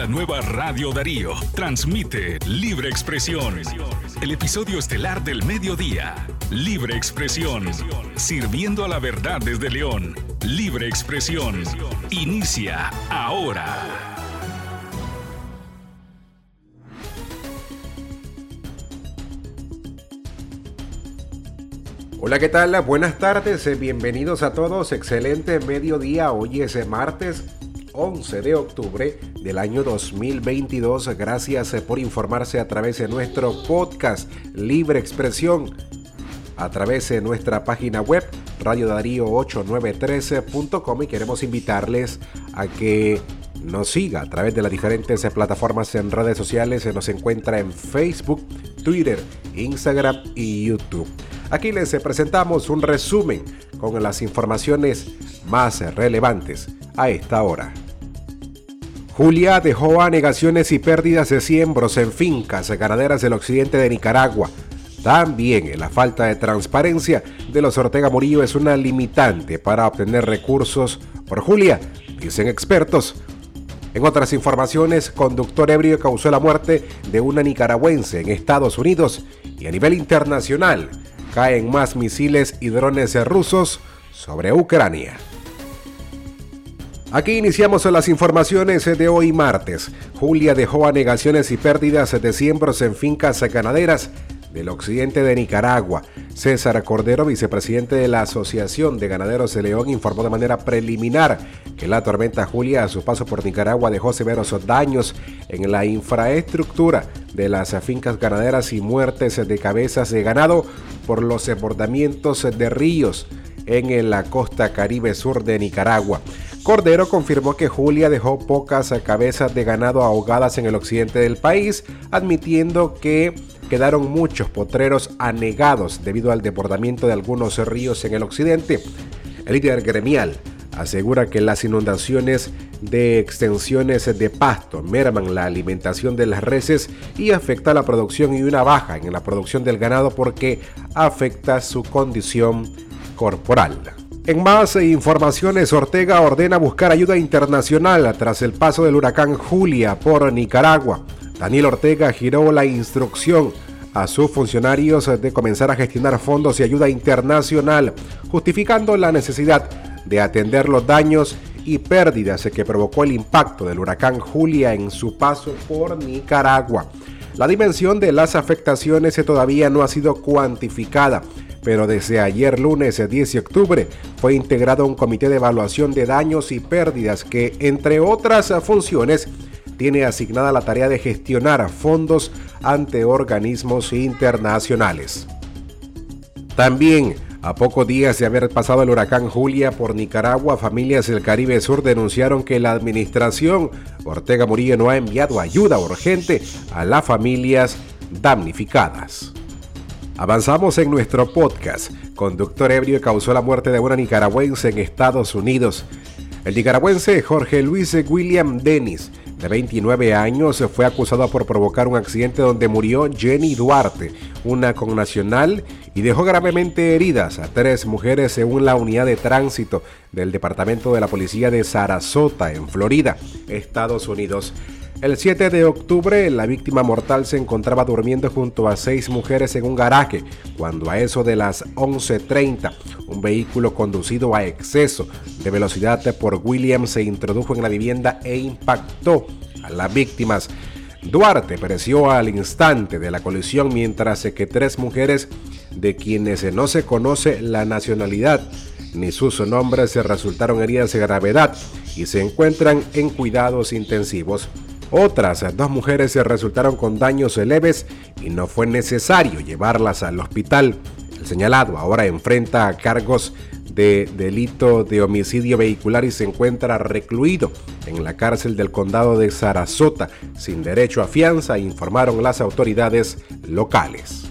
la nueva Radio Darío transmite Libre Expresión. El episodio estelar del mediodía. Libre Expresión. Sirviendo a la verdad desde León. Libre Expresión. Inicia ahora. Hola, ¿qué tal? Buenas tardes, bienvenidos a todos. Excelente mediodía. Hoy es martes 11 de octubre del año 2022. Gracias por informarse a través de nuestro podcast Libre Expresión, a través de nuestra página web radiodarío893.com, y queremos invitarles a que nos siga a través de las diferentes plataformas en redes sociales. Se nos encuentra en Facebook, Twitter, Instagram y YouTube. Aquí les presentamos un resumen con las informaciones más relevantes a esta hora. Julia dejó anegaciones y pérdidas de siembros en fincas ganaderas del occidente de Nicaragua. También la falta de transparencia de los Ortega Murillo es una limitante para obtener recursos por Julia, dicen expertos. En otras informaciones, conductor ebrio causó la muerte de una nicaragüense en Estados Unidos, y a nivel internacional caen más misiles y drones rusos sobre Ucrania. Aquí iniciamos las informaciones de hoy martes. Julia dejó anegaciones y pérdidas de siembros en fincas ganaderas del occidente de Nicaragua. César Cordero, vicepresidente de la Asociación de Ganaderos de León, informó de manera preliminar que la tormenta Julia, a su paso por Nicaragua, dejó severos daños en la infraestructura de las fincas ganaderas y muertes de cabezas de ganado por los desbordamientos de ríos en la costa caribe sur de Nicaragua. Cordero confirmó que Julia dejó pocas cabezas de ganado ahogadas en el occidente del país, admitiendo que quedaron muchos potreros anegados debido al desbordamiento de algunos ríos en el occidente. El líder gremial asegura que las inundaciones de extensiones de pasto merman la alimentación de las reses y afecta la producción, y una baja en la producción del ganado porque afecta su condición corporal. En más informaciones, Ortega ordena buscar ayuda internacional tras el paso del huracán Julia por Nicaragua. Daniel Ortega giró la instrucción a sus funcionarios de comenzar a gestionar fondos y ayuda internacional, justificando la necesidad de atender los daños y pérdidas que provocó el impacto del huracán Julia en su paso por Nicaragua. La dimensión de las afectaciones todavía no ha sido cuantificada, pero desde ayer lunes 10 de octubre fue integrado un comité de evaluación de daños y pérdidas que, entre otras funciones, tiene asignada la tarea de gestionar fondos ante organismos internacionales. También, a pocos días de haber pasado el huracán Julia por Nicaragua, familias del Caribe Sur denunciaron que la administración Ortega Murillo no ha enviado ayuda urgente a las familias damnificadas. Avanzamos en nuestro podcast. Conductor ebrio causó la muerte de una nicaragüense en Estados Unidos. El nicaragüense Jorge Luis William Dennis, de 29 años, fue acusado por provocar un accidente donde murió Jenny Duarte, una connacional, y dejó gravemente heridas a 3 mujeres según la unidad de tránsito del Departamento de la Policía de Sarasota, en Florida, Estados Unidos. El 7 de octubre, la víctima mortal se encontraba durmiendo junto a 6 mujeres en un garaje, cuando a eso de las 11:30, un vehículo conducido a exceso de velocidad por Williams se introdujo en la vivienda e impactó a las víctimas. Duarte pereció al instante de la colisión, mientras que 3 mujeres, de quienes no se conoce la nacionalidad ni sus nombres, resultaron heridas de gravedad y se encuentran en cuidados intensivos. Otras 2 mujeres resultaron con daños leves y no fue necesario llevarlas al hospital. El señalado ahora enfrenta cargos de delito de homicidio vehicular y se encuentra recluido en la cárcel del condado de Sarasota sin derecho a fianza, informaron las autoridades locales.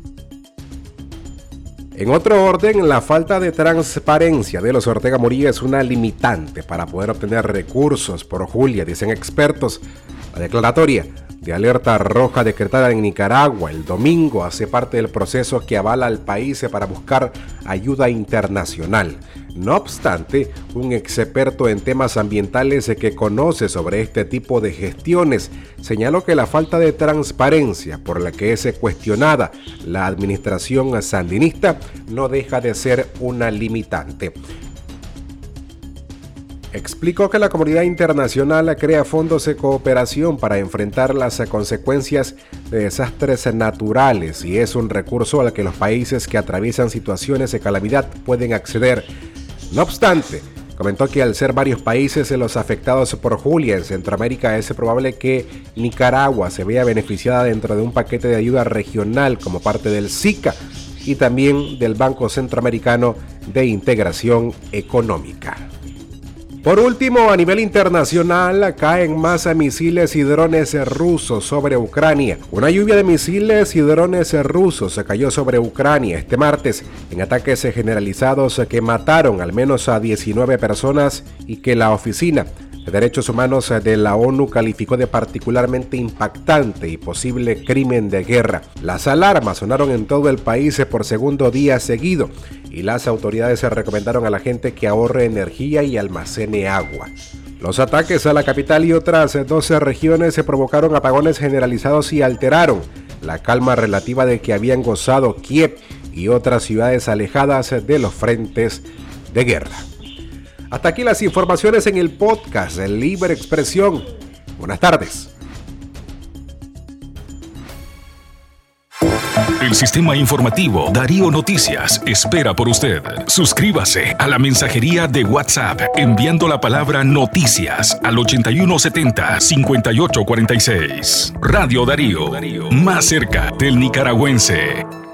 En otro orden, la falta de transparencia de los Ortega Murillo es una limitante para poder obtener recursos por Julia, dicen expertos. La declaratoria de alerta roja decretada en Nicaragua el domingo hace parte del proceso que avala al país para buscar ayuda internacional. No obstante, un experto en temas ambientales que conoce sobre este tipo de gestiones señaló que la falta de transparencia por la que es cuestionada la administración sandinista no deja de ser una limitante. Explicó que la comunidad internacional crea fondos de cooperación para enfrentar las consecuencias de desastres naturales y es un recurso al que los países que atraviesan situaciones de calamidad pueden acceder. No obstante, comentó que al ser varios países los afectados por Julia en Centroamérica es probable que Nicaragua se vea beneficiada dentro de un paquete de ayuda regional como parte del SICA y también del Banco Centroamericano de Integración Económica. Por último, a nivel internacional, caen más misiles y drones rusos sobre Ucrania. Una lluvia de misiles y drones rusos cayó sobre Ucrania este martes en ataques generalizados que mataron al menos a 19 personas y que la Oficina de Derechos Humanos de la ONU calificó de particularmente impactante y posible crimen de guerra. Las alarmas sonaron en todo el país por segundo día seguido y las autoridades recomendaron a la gente que ahorre energía y almacene agua. Los ataques a la capital y otras 12 regiones se provocaron apagones generalizados y alteraron la calma relativa de que habían gozado Kiev y otras ciudades alejadas de los frentes de guerra. Hasta aquí las informaciones en el podcast de Libre Expresión. Buenas tardes. El sistema informativo Darío Noticias espera por usted. Suscríbase a la mensajería de WhatsApp enviando la palabra noticias al 8170-5846. Radio Darío, más cerca del nicaragüense.